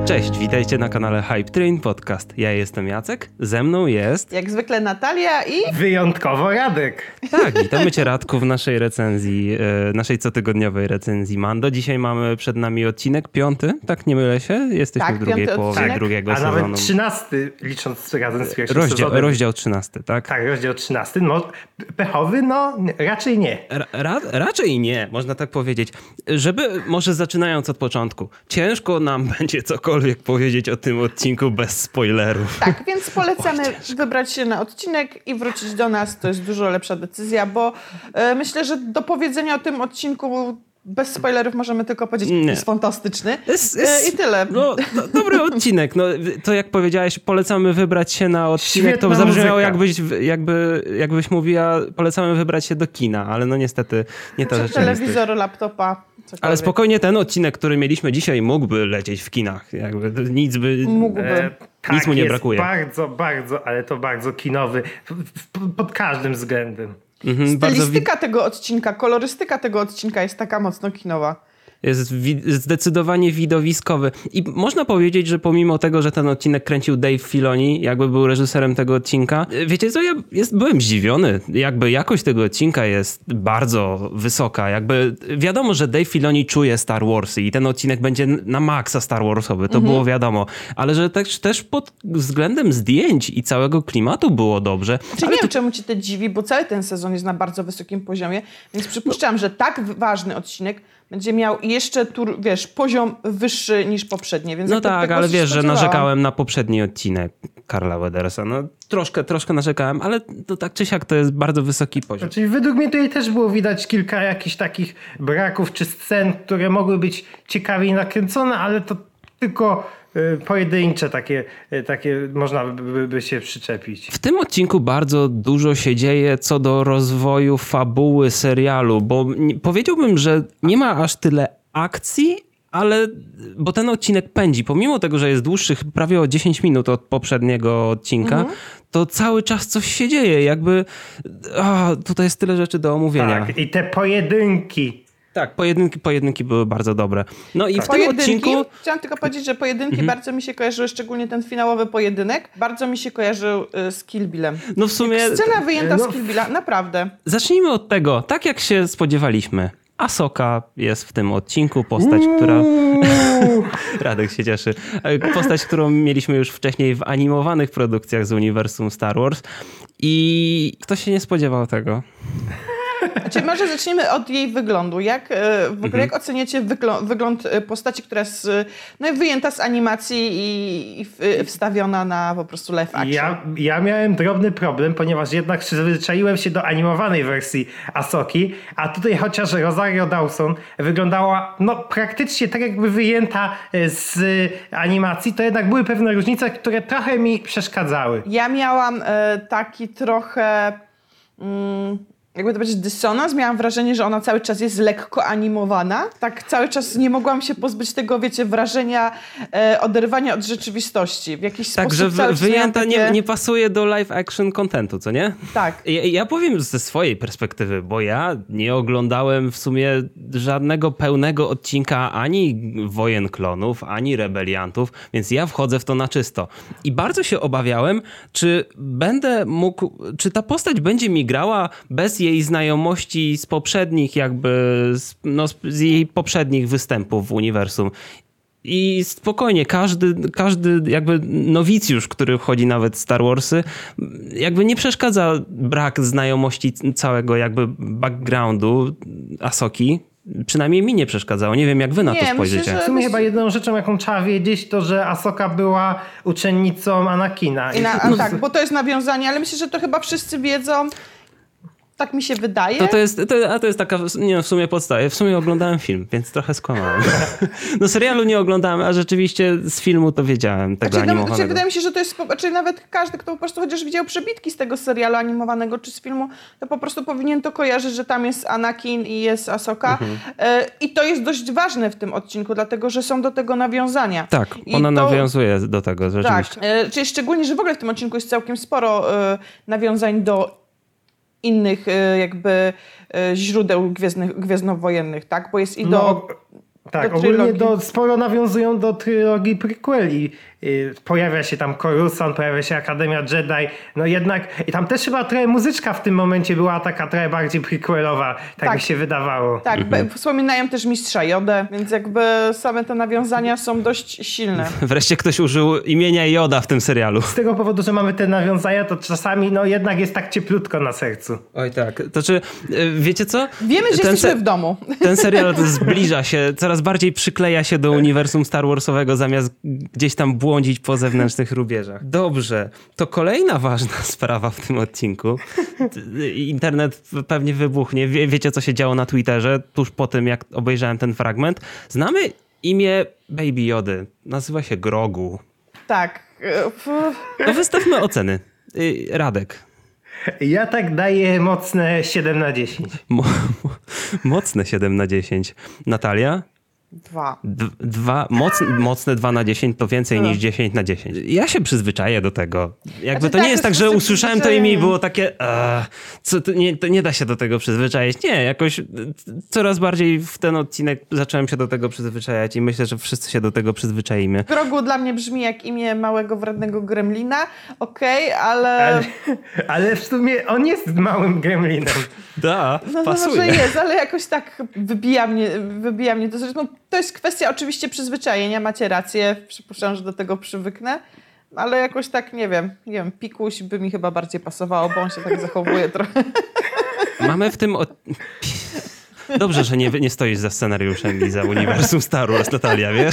Cześć, witajcie na kanale Hype Train Podcast. Ja jestem Jacek, ze mną jest... Jak zwykle Natalia i... Wyjątkowo Radek. Tak, witamy cię Radku w naszej recenzji, naszej cotygodniowej recenzji Mando. Dzisiaj mamy przed nami odcinek 5, tak nie mylę się? Jesteśmy w drugiej połowie drugiego sezonu. A nawet 13, licząc razem z pierwszym sezonem. Rozdział 13, tak? Tak, rozdział 13. No, pechowy? No, raczej nie. Raczej nie, można tak powiedzieć. Żeby, może zaczynając od początku, ciężko nam będzie cokolwiek powiedzieć o tym odcinku bez spoilerów. Tak, więc polecamy wybrać się na odcinek i wrócić do nas. To jest dużo lepsza decyzja, bo myślę, że do powiedzenia o tym odcinku bez spoilerów możemy tylko powiedzieć, że jest fantastyczny. I tyle. No, dobry odcinek. No, to jak powiedziałeś, polecamy wybrać się na odcinek. Świetna to zabrzmiało jakbyś mówiła, polecamy wybrać się do kina, ale no niestety nie to rzeczywistość. Telewizor, laptopa, cokolwiek. Ale spokojnie ten odcinek, który mieliśmy dzisiaj, mógłby lecieć w kinach. Jakby nic by... Mógłby. Nic mu nie brakuje. Bardzo, ale to bardzo kinowy. Pod każdym względem. Stylistyka tego odcinka, kolorystyka tego odcinka jest taka mocno kinowa. Jest zdecydowanie widowiskowy. I można powiedzieć, że pomimo tego, że ten odcinek kręcił Dave Filoni, jakby był reżyserem tego odcinka, wiecie co, byłem zdziwiony. Jakby jakość tego odcinka jest bardzo wysoka. Jakby wiadomo, że Dave Filoni czuje Star Warsy i ten odcinek będzie na maksa Star Warsowy, to było wiadomo. Ale że też pod względem zdjęć i całego klimatu było dobrze. Nie wiem, czemu ci to dziwi, bo cały ten sezon jest na bardzo wysokim poziomie, więc przypuszczam, że tak ważny odcinek będzie miał jeszcze, poziom wyższy niż poprzednie. Więc no tak, ale wiesz, że narzekałem na poprzedni odcinek Karla Wedersa. No troszkę narzekałem, ale to tak czy siak to jest bardzo wysoki poziom. Czyli według mnie tutaj też było widać kilka jakichś takich braków czy scen, które mogły być ciekawiej nakręcone, ale to tylko pojedyncze takie można by się przyczepić. W tym odcinku bardzo dużo się dzieje co do rozwoju fabuły serialu, bo powiedziałbym, że nie ma aż tyle akcji, bo ten odcinek pędzi. Pomimo tego, że jest dłuższy prawie o 10 minut od poprzedniego odcinka, to cały czas coś się dzieje. Jakby tutaj jest tyle rzeczy do omówienia. Tak, i te pojedynki. Tak, pojedynki były bardzo dobre. No i w tym odcinku... Chciałam tylko powiedzieć, że pojedynki bardzo mi się kojarzyły, szczególnie ten finałowy pojedynek, bardzo mi się kojarzył z Kill Billem. No w sumie... Scena wyjęta z Kill Billa, naprawdę. Zacznijmy od tego, tak jak się spodziewaliśmy. Ahsoka jest w tym odcinku, postać, która... Radek się cieszy. Postać, którą mieliśmy już wcześniej w animowanych produkcjach z uniwersum Star Wars. I kto się nie spodziewał tego? Znaczy, może zacznijmy od jej wyglądu. Jak oceniacie wygląd postaci, która jest wyjęta z animacji i wstawiona na po prostu live action? Ja miałem drobny problem, ponieważ jednak przyzwyczaiłem się do animowanej wersji Ahsoki, a tutaj chociaż Rosario Dawson wyglądała praktycznie tak jakby wyjęta z animacji, to jednak były pewne różnice, które trochę mi przeszkadzały. Ja miałam taki trochę... jakby to powiedzieć, dysonans. Miałam wrażenie, że ona cały czas jest lekko animowana. Tak cały czas nie mogłam się pozbyć tego, wrażenia oderwania od rzeczywistości. W jakiś sposób. Tak, że wyjęta nie pasuje do live action contentu, co nie? Tak. Ja powiem ze swojej perspektywy, bo ja nie oglądałem w sumie żadnego pełnego odcinka ani Wojen Klonów, ani Rebeliantów, więc ja wchodzę w to na czysto. I bardzo się obawiałem, czy ta postać będzie mi grała bez jej znajomości z poprzednich z jej poprzednich występów w uniwersum. I spokojnie, każdy jakby nowicjusz, który wchodzi nawet w Star Warsy, jakby nie przeszkadza brak znajomości całego jakby backgroundu Ahsoki. Przynajmniej mi nie przeszkadzało. Nie wiem, jak wy na to spojrzycie. Myślę, w sumie chyba jedną rzeczą, jaką trzeba wiedzieć, to że Ahsoka była uczennicą Anakina. Tak, bo to jest nawiązanie, ale myślę, że to chyba wszyscy wiedzą. Tak mi się wydaje. To jest taka, w sumie podstawa. W sumie oglądałem film, więc trochę skłamałem. No serialu nie oglądałem, a rzeczywiście z filmu to wiedziałem, tego animowanego. Wydaje mi się, że to jest, nawet każdy, kto po prostu chociaż widział przebitki z tego serialu animowanego czy z filmu, to po prostu powinien to kojarzyć, że tam jest Anakin i jest Ahsoka. I to jest dość ważne w tym odcinku, dlatego, że są do tego nawiązania. Tak, ona nawiązuje do tego, rzeczywiście. Tak, czyli szczególnie, że w ogóle w tym odcinku jest całkiem sporo nawiązań do innych jakby źródeł gwiezdnowojennych, tak? Bo jest Tak, do ogólnie trylogii. sporo nawiązują do trylogii prequeli. Pojawia się tam Coruscant, pojawia się Akademia Jedi, no jednak i tam też chyba trochę muzyczka w tym momencie była taka trochę bardziej prequelowa, tak mi się wydawało. Tak, wspominają też Mistrza Jodę, więc jakby same te nawiązania są dość silne. Wreszcie ktoś użył imienia Joda w tym serialu. Z tego powodu, że mamy te nawiązania, to czasami no jednak jest tak cieplutko na sercu. Oj tak, to znaczy, wiecie co? Wiemy, że jesteśmy w domu. Ten serial zbliża się, coraz bardziej przykleja się do uniwersum Star Warsowego, zamiast gdzieś tam błądzić po zewnętrznych rubieżach. Dobrze, to kolejna ważna sprawa w tym odcinku. Internet pewnie wybuchnie. Wiecie, co się działo na Twitterze tuż po tym, jak obejrzałem ten fragment. Znamy imię Baby Jody. Nazywa się Grogu. Tak. No wystawmy oceny. Radek. Ja tak daję mocne 7 na 10. Mocne 7 na 10. Natalia? 2. Mocne 2 na 10 to więcej niż 10 na 10. Ja się przyzwyczaję do tego. Jakby Znaczy, to nie jest tak, że usłyszałem to imię i przyzwyczajenie. było takie to nie da się do tego przyzwyczaić. Nie, jakoś coraz bardziej w ten odcinek zacząłem się do tego przyzwyczajać i myślę, że wszyscy się do tego przyzwyczaimy. Grogu dla mnie brzmi jak imię małego, wrednego gremlina. Okej, ale... Ale w sumie on jest małym gremlinem. Da, No pasuje. może jest, ale jakoś tak wybija mnie to. Zresztą to jest kwestia oczywiście przyzwyczajenia, macie rację, przypuszczam, że do tego przywyknę, ale jakoś tak, nie wiem, Pikuś by mi chyba bardziej pasowało, bo on się tak zachowuje trochę. Mamy w tym... Dobrze, że nie stoisz za scenariuszem i za uniwersum Star Wars, Natalia, wiesz?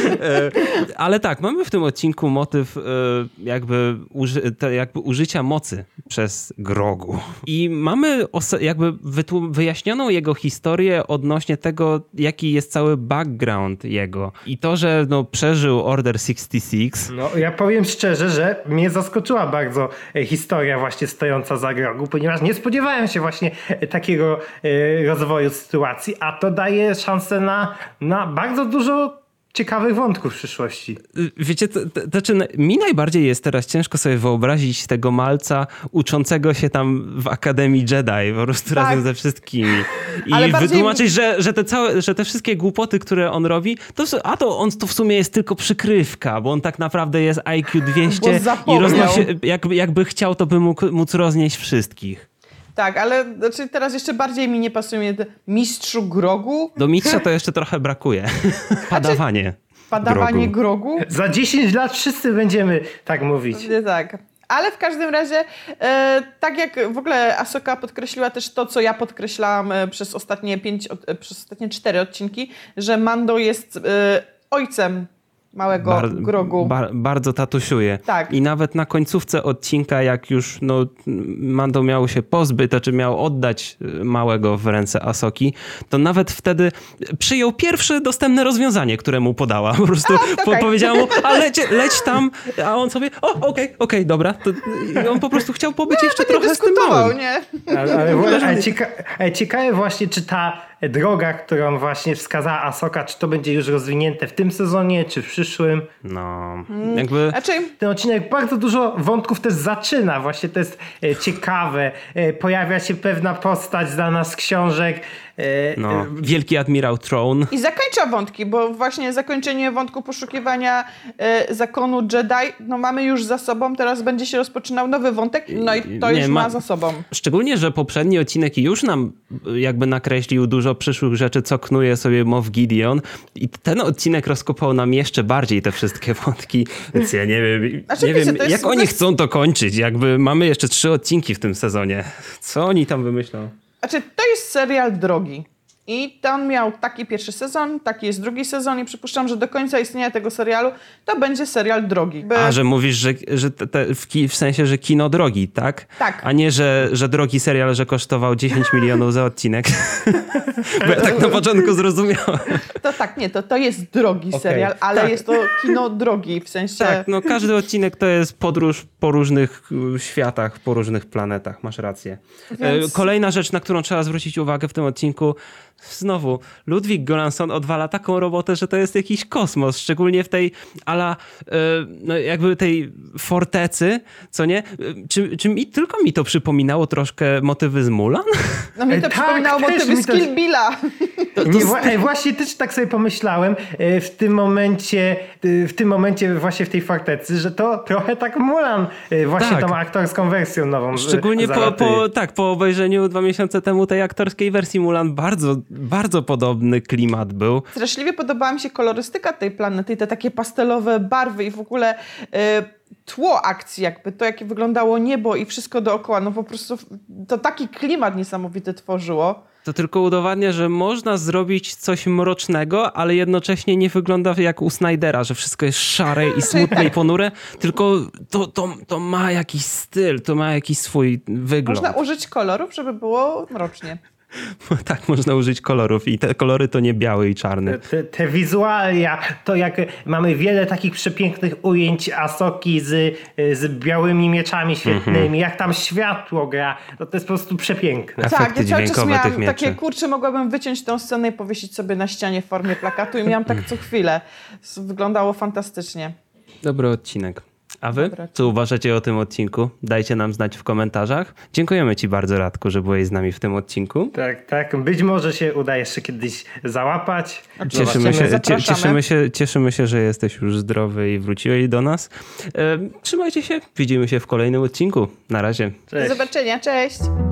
Ale tak, mamy w tym odcinku motyw jakby użycia mocy przez Grogu. I mamy jakby wyjaśnioną jego historię odnośnie tego, jaki jest cały background jego. I to, że przeżył Order 66. No, ja powiem szczerze, że mnie zaskoczyła bardzo historia właśnie stojąca za Grogu, ponieważ nie spodziewałem się właśnie takiego rozwoju sytuacji, a to daje szansę na bardzo dużo ciekawych wątków w przyszłości. Wiecie, mi najbardziej jest teraz ciężko sobie wyobrazić tego malca uczącego się tam w Akademii Jedi, po prostu razem ze wszystkimi. I Ale bardziej... wytłumaczyć, że te wszystkie głupoty, które on robi, to w sumie jest tylko przykrywka, bo on tak naprawdę jest IQ 200 i jakby chciał, to by móc roznieść wszystkich. Tak, ale znaczy teraz jeszcze bardziej mi nie pasuje mistrzu Grogu. Do mistrza to jeszcze trochę brakuje. Padawanie Grogu. Za 10 lat wszyscy będziemy tak mówić. Tak. Ale w każdym razie, tak jak w ogóle Ahsoka podkreśliła też to, co ja podkreślałam przez ostatnie 4 odcinki, że Mando jest ojcem małego Grogu. Bardzo tatusiuje. Tak. I nawet na końcówce odcinka, jak już Mando miał się pozbyć, to czy miał oddać małego w ręce Ahsoki, to nawet wtedy przyjął pierwsze dostępne rozwiązanie, które mu podała. Po prostu powiedziała mu, leć tam, a on sobie, okej, dobra. I on po prostu chciał pobyć jeszcze trochę z tym małym. Nie? Ale ciekawe właśnie, czy ta droga, którą właśnie wskazała Ahsoka, czy to będzie już rozwinięte w tym sezonie, czy w przyszłym. Jakby... Ten odcinek bardzo dużo wątków też zaczyna. Właśnie to jest ciekawe. Pojawia się pewna postać znana z książek. Wielki admirał Thrawn. I zakończa wątki, bo właśnie zakończenie wątku poszukiwania zakonu Jedi, mamy już za sobą, teraz będzie się rozpoczynał nowy wątek, i to już ma za sobą. Szczególnie, że poprzedni odcinek już nam jakby nakreślił dużo przyszłych rzeczy, co knuje sobie Moff Gideon, i ten odcinek rozkopał nam jeszcze bardziej te wszystkie wątki, więc ja nie wiem, jak oni chcą to kończyć, jakby mamy jeszcze 3 odcinki w tym sezonie. Co oni tam wymyślą? To jest serial drogi. I on miał taki pierwszy sezon, taki jest drugi sezon i przypuszczam, że do końca istnienia tego serialu to będzie serial drogi. A, że mówisz, że w sensie, że kino drogi, tak? Tak. A nie, że drogi serial, że kosztował 10 milionów za odcinek. Bo ja tak na początku zrozumiałem. To tak, nie, to jest drogi serial, ale jest to kino drogi, w sensie... Tak, każdy odcinek to jest podróż po różnych światach, po różnych planetach, masz rację. Więc... Kolejna rzecz, na którą trzeba zwrócić uwagę w tym odcinku, znowu, Ludwig Göransson odwala taką robotę, że to jest jakiś kosmos, szczególnie w tej jakby tej fortecy, co nie? Czy tylko mi to przypominało troszkę motywy z Mulan? Mi to przypominało motywy z Killers Kill Billa. Właśnie też tak sobie pomyślałem w tym momencie właśnie w tej fortecy, że to trochę tak Mulan właśnie tą aktorską wersją nową. Szczególnie po obejrzeniu 2 miesiące temu tej aktorskiej wersji Mulan bardzo, bardzo podobny klimat był. Straszliwie podobała mi się kolorystyka tej planety i te takie pastelowe barwy i w ogóle tło akcji, jakby to, jakie wyglądało niebo i wszystko dookoła, no po prostu to taki klimat niesamowity tworzyło. To tylko udowadnia, że można zrobić coś mrocznego, ale jednocześnie nie wygląda jak u Snydera, że wszystko jest szare i smutne i ponure, tylko to ma jakiś styl, to ma jakiś swój wygląd. Można użyć kolorów, żeby było mrocznie. Tak, można użyć kolorów i te kolory to nie biały i czarny. Te wizualia, to jak mamy wiele takich przepięknych ujęć Asoki z białymi mieczami świetnymi, jak tam światło gra, to jest po prostu przepiękne. Tak, ja cały czas miałam tych mieczy. takie, kurczę, mogłabym wyciąć tę scenę i powiesić sobie na ścianie w formie plakatu i miałam tak co chwilę. Wyglądało fantastycznie. Dobry odcinek. A wy? Co uważacie o tym odcinku? Dajcie nam znać w komentarzach. Dziękujemy ci bardzo, Radku, że byłeś z nami w tym odcinku. Tak. Być może się uda jeszcze kiedyś załapać. Cieszymy się, że jesteś już zdrowy i wróciłeś do nas. Trzymajcie się. Widzimy się w kolejnym odcinku. Na razie. Cześć. Do zobaczenia, cześć!